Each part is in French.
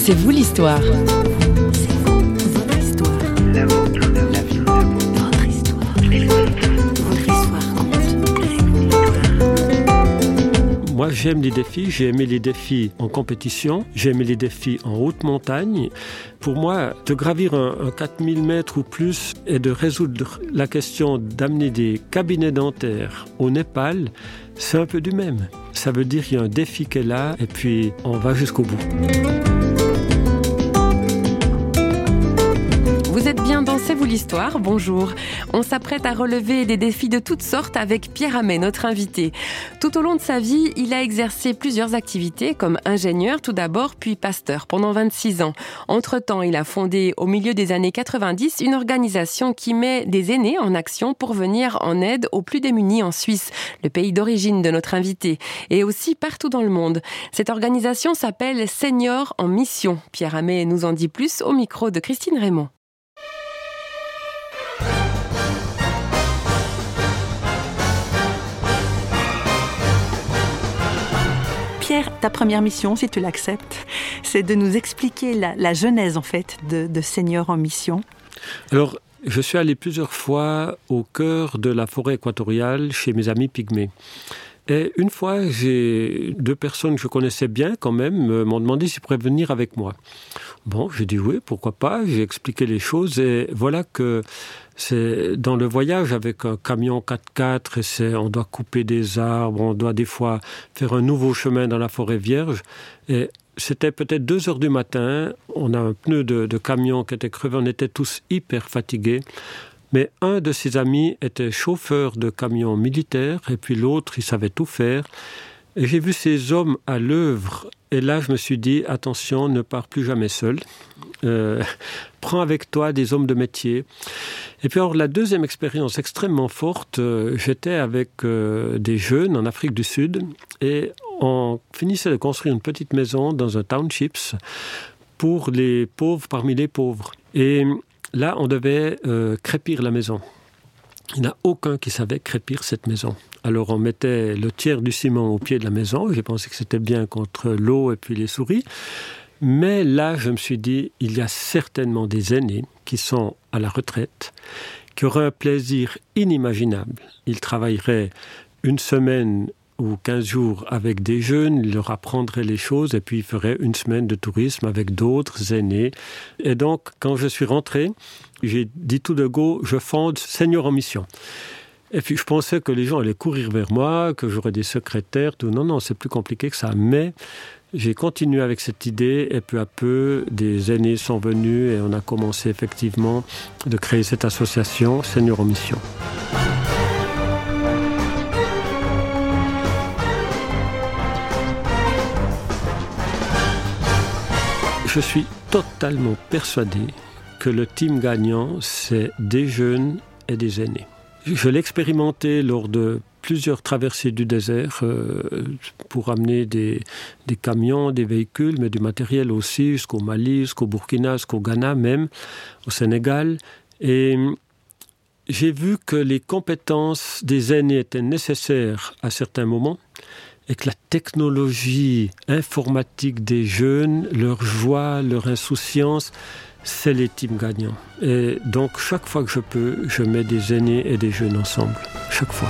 C'est vous l'histoire. C'est vous, votre histoire. La vôtre, la vie, votre histoire. Votre histoire compte. Moi, j'aime les défis. J'ai aimé les défis en compétition. J'ai aimé les défis en haute montagne. Pour moi, de gravir un 4000 mètres ou plus et de résoudre la question d'amener des cabinets dentaires au Népal, c'est un peu du même. Ça veut dire qu'il y a un défi qui est là et puis on va jusqu'au bout. Vous êtes bien dans C'est vous l'histoire, bonjour. On s'apprête à relever des défis de toutes sortes avec Pierre Hamé, notre invité. Tout au long de sa vie, il a exercé plusieurs activités, comme ingénieur tout d'abord, puis pasteur pendant 26 ans. Entre-temps, il a fondé au milieu des années 90 une organisation qui met des aînés en action pour venir en aide aux plus démunis en Suisse, le pays d'origine de notre invité, et aussi partout dans le monde. Cette organisation s'appelle Seniors en mission. Pierre Hamé nous en dit plus au micro de Christine Raymond. Pierre, ta première mission, si tu l'acceptes, c'est de nous expliquer la genèse en fait de Seniors en mission. Alors, je suis allé plusieurs fois au cœur de la forêt équatoriale chez mes amis pygmées. Et une fois, deux personnes que je connaissais bien quand même m'ont demandé s'ils pourraient venir avec moi. Bon, j'ai dit oui, pourquoi pas. J'ai expliqué les choses et voilà que c'est dans le voyage avec un camion 4x4 et on doit couper des arbres, on doit des fois faire un nouveau chemin dans la forêt vierge. Et c'était peut-être 2h du matin, on a un pneu de camion qui était crevé, on était tous hyper fatigués. Mais un de ses amis était chauffeur de camion militaire et puis l'autre, il savait tout faire. Et j'ai vu ces hommes à l'œuvre et là, je me suis dit, attention, ne pars plus jamais seul. Prends avec toi des hommes de métier. Et puis alors, la deuxième expérience extrêmement forte, j'étais avec des jeunes en Afrique du Sud et on finissait de construire une petite maison dans un township pour les pauvres parmi les pauvres. Et là, on devait crépir la maison. Il n'y en a aucun qui savait crépir cette maison. Alors, on mettait le tiers du ciment au pied de la maison. J'ai pensé que c'était bien contre l'eau et puis les souris. Mais là, je me suis dit, il y a certainement des aînés qui sont à la retraite, qui auraient un plaisir inimaginable. Ils travailleraient une semaine ou 15 jours avec des jeunes, ils leur apprendraient les choses et puis ils feraient une semaine de tourisme avec d'autres aînés. Et donc, quand je suis rentré, j'ai dit tout de go, je fonde Seniors en mission. Et puis, je pensais que les gens allaient courir vers moi, que j'aurais des secrétaires, tout. Non, c'est plus compliqué que ça. Mais j'ai continué avec cette idée et peu à peu, des aînés sont venus et on a commencé effectivement de créer cette association Seniors en mission. Je suis totalement persuadé que le team gagnant, c'est des jeunes et des aînés. Je l'ai expérimenté lors de plusieurs traversées du désert pour amener des camions, des véhicules, mais du matériel aussi, jusqu'au Mali, jusqu'au Burkina, jusqu'au Ghana même, au Sénégal. Et j'ai vu que les compétences des aînés étaient nécessaires à certains moments et que la technologie informatique des jeunes, leur joie, leur insouciance, c'est les teams gagnants. Et donc, chaque fois que je peux, je mets des aînés et des jeunes ensemble. Chaque fois.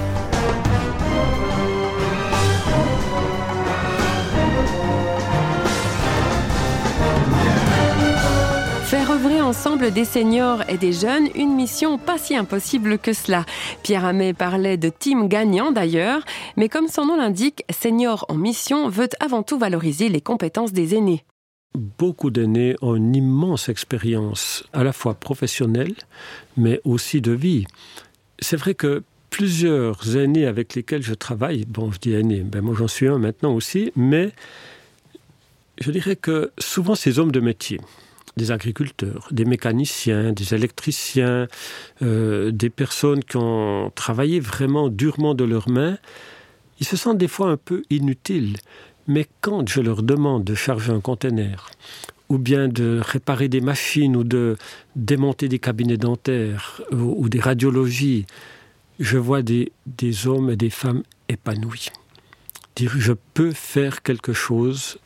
Faire œuvrer ensemble des seniors et des jeunes, une mission pas si impossible que cela. Pierre Hamé parlait de team gagnant d'ailleurs, mais comme son nom l'indique, Seniors en mission veut avant tout valoriser les compétences des aînés. Beaucoup d'aînés ont une immense expérience, à la fois professionnelle, mais aussi de vie. C'est vrai que plusieurs aînés avec lesquels je travaille, bon, je dis aînés, moi j'en suis un maintenant aussi, mais je dirais que souvent ces hommes de métier, des agriculteurs, des mécaniciens, des électriciens, des personnes qui ont travaillé vraiment durement de leurs mains, ils se sentent des fois un peu inutiles. Mais quand je leur demande de charger un conteneur, ou bien de réparer des machines, ou de démonter des cabinets dentaires, ou des radiologies, je vois des hommes et des femmes épanouis. Dire, je peux faire quelque chose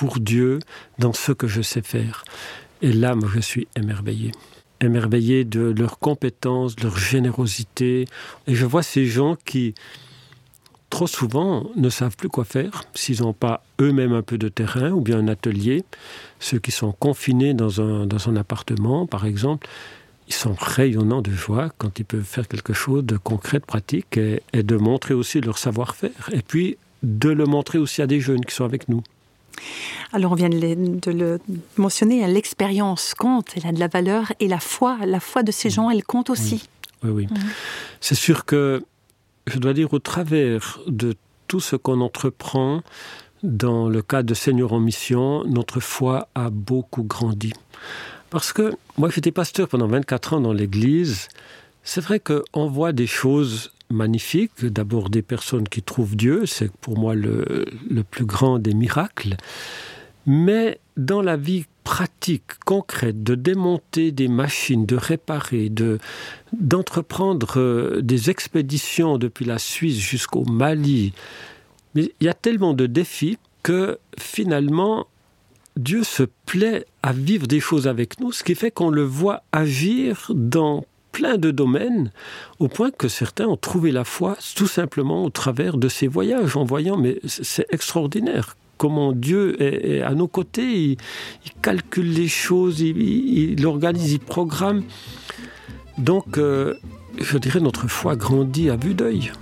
pour Dieu dans ce que je sais faire. Et là, moi, je suis émerveillé de leurs compétences, de leur générosité. Et je vois ces gens qui, trop souvent, ne savent plus quoi faire s'ils n'ont pas eux-mêmes un peu de terrain ou bien un atelier. Ceux qui sont confinés dans un appartement, par exemple, ils sont rayonnants de joie quand ils peuvent faire quelque chose de concret, de pratique, et de montrer aussi leur savoir-faire. Et puis, de le montrer aussi à des jeunes qui sont avec nous. Alors on vient de le mentionner, l'expérience compte, elle a de la valeur, et la foi de ces gens, elle compte aussi. Oui. C'est sûr que, je dois dire, au travers de tout ce qu'on entreprend, dans le cadre de Seigneur en mission, notre foi a beaucoup grandi. Parce que moi, j'étais pasteur pendant 24 ans dans l'église. C'est vrai qu'on voit des choses magnifiques. D'abord, des personnes qui trouvent Dieu. C'est pour moi le plus grand des miracles. Mais dans la vie pratique, concrète, de démonter des machines, de réparer, d'entreprendre des expéditions depuis la Suisse jusqu'au Mali. Mais il y a tellement de défis que finalement, Dieu se plaît à vivre des choses avec nous, ce qui fait qu'on le voit agir dans plein de domaines, au point que certains ont trouvé la foi tout simplement au travers de ces voyages, en voyant, mais c'est extraordinaire, comment Dieu est à nos côtés, il calcule les choses, il organise, il programme. Donc, je dirais, notre foi grandit à vue d'œil.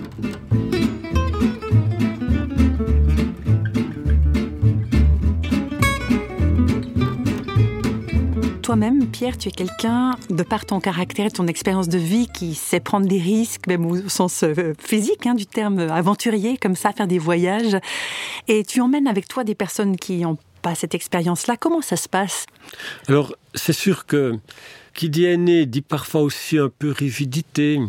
Toi-même, Pierre, tu es quelqu'un, de par ton caractère et ton expérience de vie, qui sait prendre des risques, même au sens physique du terme, aventurier, comme ça, faire des voyages. Et tu emmènes avec toi des personnes qui n'ont pas cette expérience-là. Comment ça se passe ? Alors, c'est sûr que qui dit aîné dit parfois aussi un peu rigidité,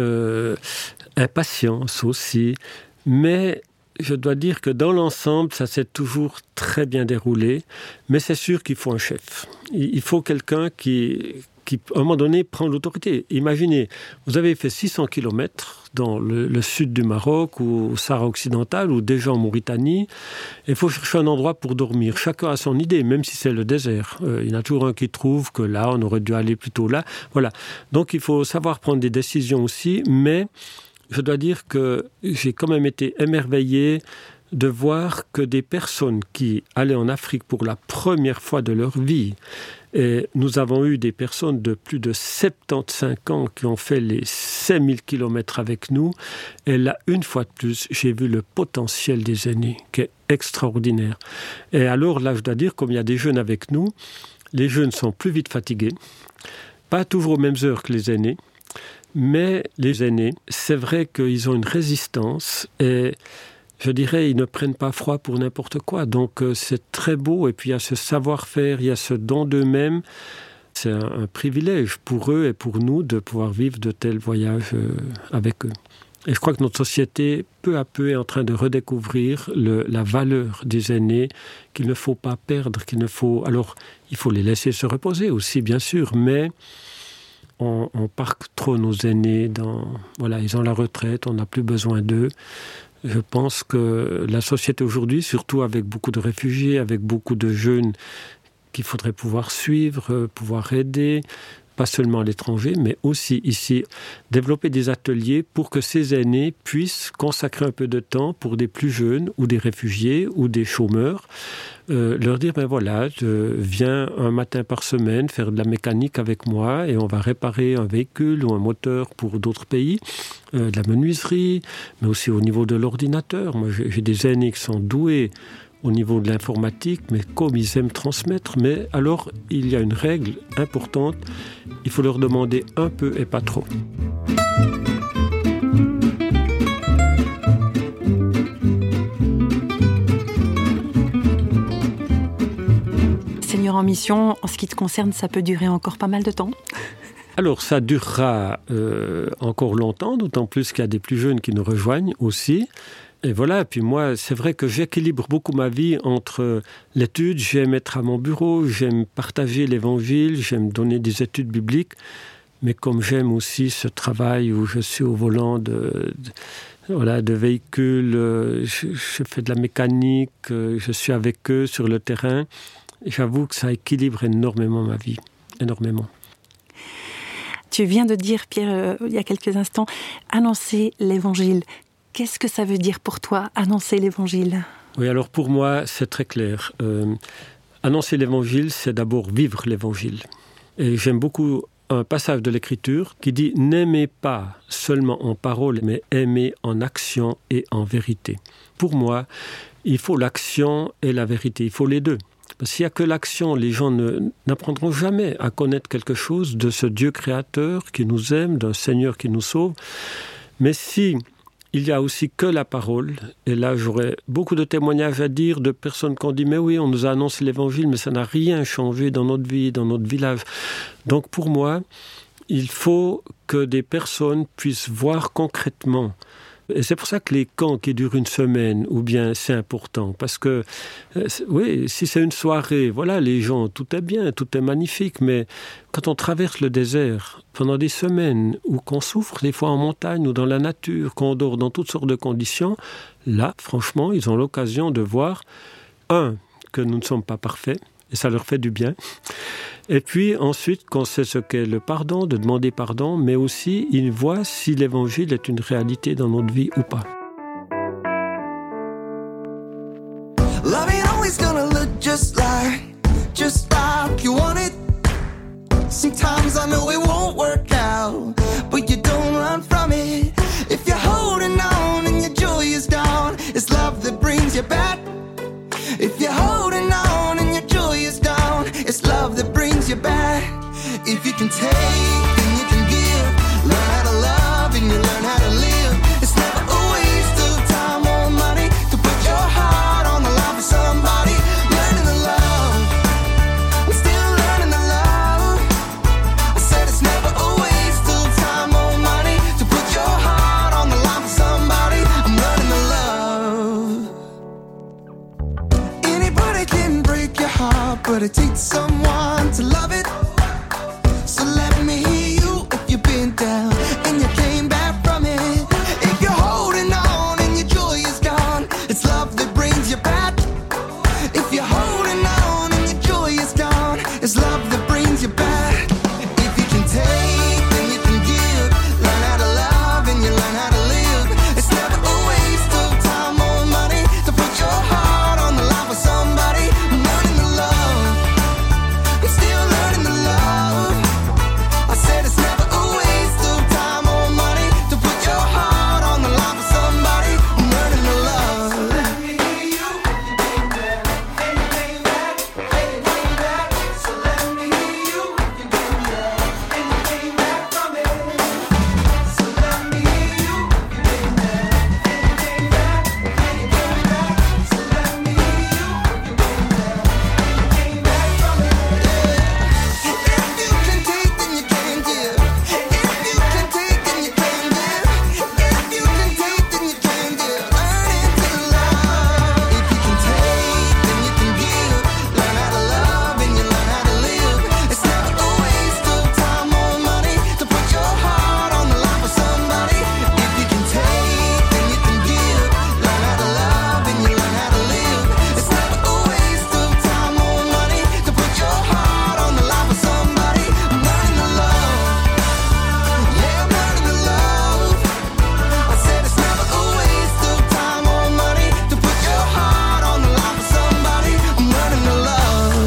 impatience aussi, mais je dois dire que dans l'ensemble, ça s'est toujours très bien déroulé, mais c'est sûr qu'il faut un chef. Il faut quelqu'un qui, à un moment donné, prend l'autorité. Imaginez, vous avez fait 600 km dans le sud du Maroc, ou au Sahara occidental, ou déjà en Mauritanie. Il faut chercher un endroit pour dormir. Chacun a son idée, même si c'est le désert. Il y en a toujours un qui trouve que là, on aurait dû aller plutôt là. Voilà. Donc, il faut savoir prendre des décisions aussi, mais je dois dire que j'ai quand même été émerveillé de voir que des personnes qui allaient en Afrique pour la première fois de leur vie, et nous avons eu des personnes de plus de 75 ans qui ont fait les 5000 km avec nous, et là, une fois de plus, j'ai vu le potentiel des aînés, qui est extraordinaire. Et alors là, je dois dire, comme il y a des jeunes avec nous, les jeunes sont plus vite fatigués, pas toujours aux mêmes heures que les aînés, mais les aînés, c'est vrai qu'ils ont une résistance et je dirais ils ne prennent pas froid pour n'importe quoi. Donc c'est très beau et puis il y a ce savoir-faire, il y a ce don d'eux-mêmes. C'est un privilège pour eux et pour nous de pouvoir vivre de tels voyages avec eux. Et je crois que notre société, peu à peu, est en train de redécouvrir la valeur des aînés qu'il ne faut pas perdre, Alors, il faut les laisser se reposer aussi, bien sûr, mais on parque trop nos aînés ils ont la retraite, on n'a plus besoin d'eux. Je pense que la société aujourd'hui, surtout avec beaucoup de réfugiés, avec beaucoup de jeunes qu'il faudrait pouvoir suivre, pouvoir aider, pas seulement à l'étranger, mais aussi ici, développer des ateliers pour que ces aînés puissent consacrer un peu de temps pour des plus jeunes ou des réfugiés ou des chômeurs, leur dire, viens un matin par semaine faire de la mécanique avec moi et on va réparer un véhicule ou un moteur pour d'autres pays, de la menuiserie, mais aussi au niveau de l'ordinateur. Moi, j'ai des aînés qui sont doués au niveau de l'informatique, mais comme ils aiment transmettre, mais alors il y a une règle importante, il faut leur demander un peu et pas trop. Seigneur en mission, en ce qui te concerne, ça peut durer encore pas mal de temps ? Alors, ça durera encore longtemps, d'autant plus qu'il y a des plus jeunes qui nous rejoignent aussi. Et voilà, puis moi, c'est vrai que j'équilibre beaucoup ma vie entre l'étude, j'aime être à mon bureau, j'aime partager l'évangile, j'aime donner des études bibliques, mais comme j'aime aussi ce travail où je suis au volant de véhicules, je fais de la mécanique, je suis avec eux sur le terrain. J'avoue que ça équilibre énormément ma vie, énormément. Tu viens de dire, Pierre, il y a quelques instants, annoncer l'évangile. Qu'est-ce que ça veut dire pour toi, annoncer l'évangile ? Oui, alors pour moi, c'est très clair. Annoncer l'évangile, c'est d'abord vivre l'évangile. Et j'aime beaucoup un passage de l'Écriture qui dit « N'aimez pas seulement en parole, mais aimez en action et en vérité ». Pour moi, il faut l'action et la vérité, il faut les deux. Parce qu'il n'y a que l'action, les gens n'apprendront jamais à connaître quelque chose de ce Dieu créateur qui nous aime, d'un Seigneur qui nous sauve. Mais si il y a aussi que la parole, et là j'aurais beaucoup de témoignages à dire de personnes qui ont dit « Mais oui, on nous a annoncé l'évangile, mais ça n'a rien changé dans notre vie, dans notre village. » Donc pour moi, il faut que des personnes puissent voir concrètement. Et c'est pour ça que les camps qui durent une semaine, ou bien c'est important, parce que, oui, si c'est une soirée, voilà, les gens, tout est bien, tout est magnifique, mais quand on traverse le désert pendant des semaines, ou qu'on souffre des fois en montagne ou dans la nature, qu'on dort dans toutes sortes de conditions, là, franchement, ils ont l'occasion de voir, que nous ne sommes pas parfaits, et ça leur fait du bien. Et puis ensuite, qu'on sait ce qu'est le pardon, de demander pardon, mais aussi ils voient si l'évangile est une réalité dans notre vie ou pas. Love ain't always gonna look just like you want it. Sometimes I know it won't work out, but you don't run from it. If you're holding on and your joy is gone, it's love that brings you back. If you're holding on and your joy is gone, it's love that brings you back. If you can take, then you can give. Learn how to love and you learn how to live. It's never a waste of time or money to put your heart on the line for somebody. Learning to love, I'm still learning to love. I said it's never a waste of time or money to put your heart on the line for somebody. I'm learning to love. Anybody can break your heart, but it takes someone to love it. So let me hear you if you've been down and you came back from it. If you're holding on and your joy is gone, it's love that brings you back. If you're holding on and your joy is gone, it's love that brings you back. If you can take, then you can give. Learn how to love and you learn how to live. It's never a waste of time or money to put your heart on the line for somebody. I'm learning to love, I'm still learning to love. I said it's never a waste of time or money to put your heart on the line for somebody. I'm learning to love. So let me hear you if you came back, and you came back, and you came back. So let me hear you if you came back, and you came back from it. So let me hear you if you came back, and you came back, and you came back. So let me hear you if you came back, and you came back from it. If you can take, then you can give. If you can take, then you can give. If you can take, then you can give. Learning to love. If you can take, then you can give. Learn how to love and you learn how to live. It's never a waste of time or money to put your heart on the line for somebody. If you can take, then you can give. Learn how to love and you learn how to live. It's never a waste of time or money to put your heart on the line for somebody. I'm learning to love. Yeah, I'm learning to love. I said it's never a waste of time or money to put your heart on the line for somebody. I'm learning to love.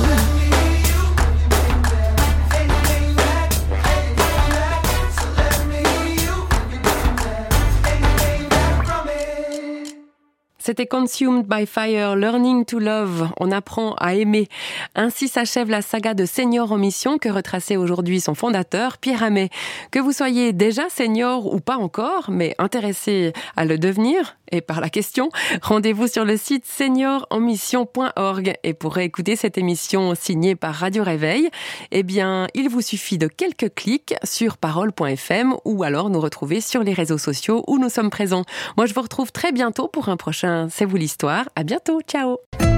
So let me hear you if you came back, and you came back from it. C'était Consumed by Fire, Learning to Love. On apprend à aimer. Ainsi s'achève la saga de Senior en mission que retraçait aujourd'hui son fondateur, Pierre Amet. Que vous soyez déjà senior ou pas encore, mais intéressé à le devenir, et par la question, rendez-vous sur le site seniorenmission.org. Et pour réécouter cette émission signée par Radio Réveil, eh bien, il vous suffit de quelques clics sur parole.fm ou alors nous retrouver sur les réseaux sociaux où nous sommes présents. Moi, je vous retrouve très bientôt pour un prochain C'est vous l'histoire. À bientôt. Ciao.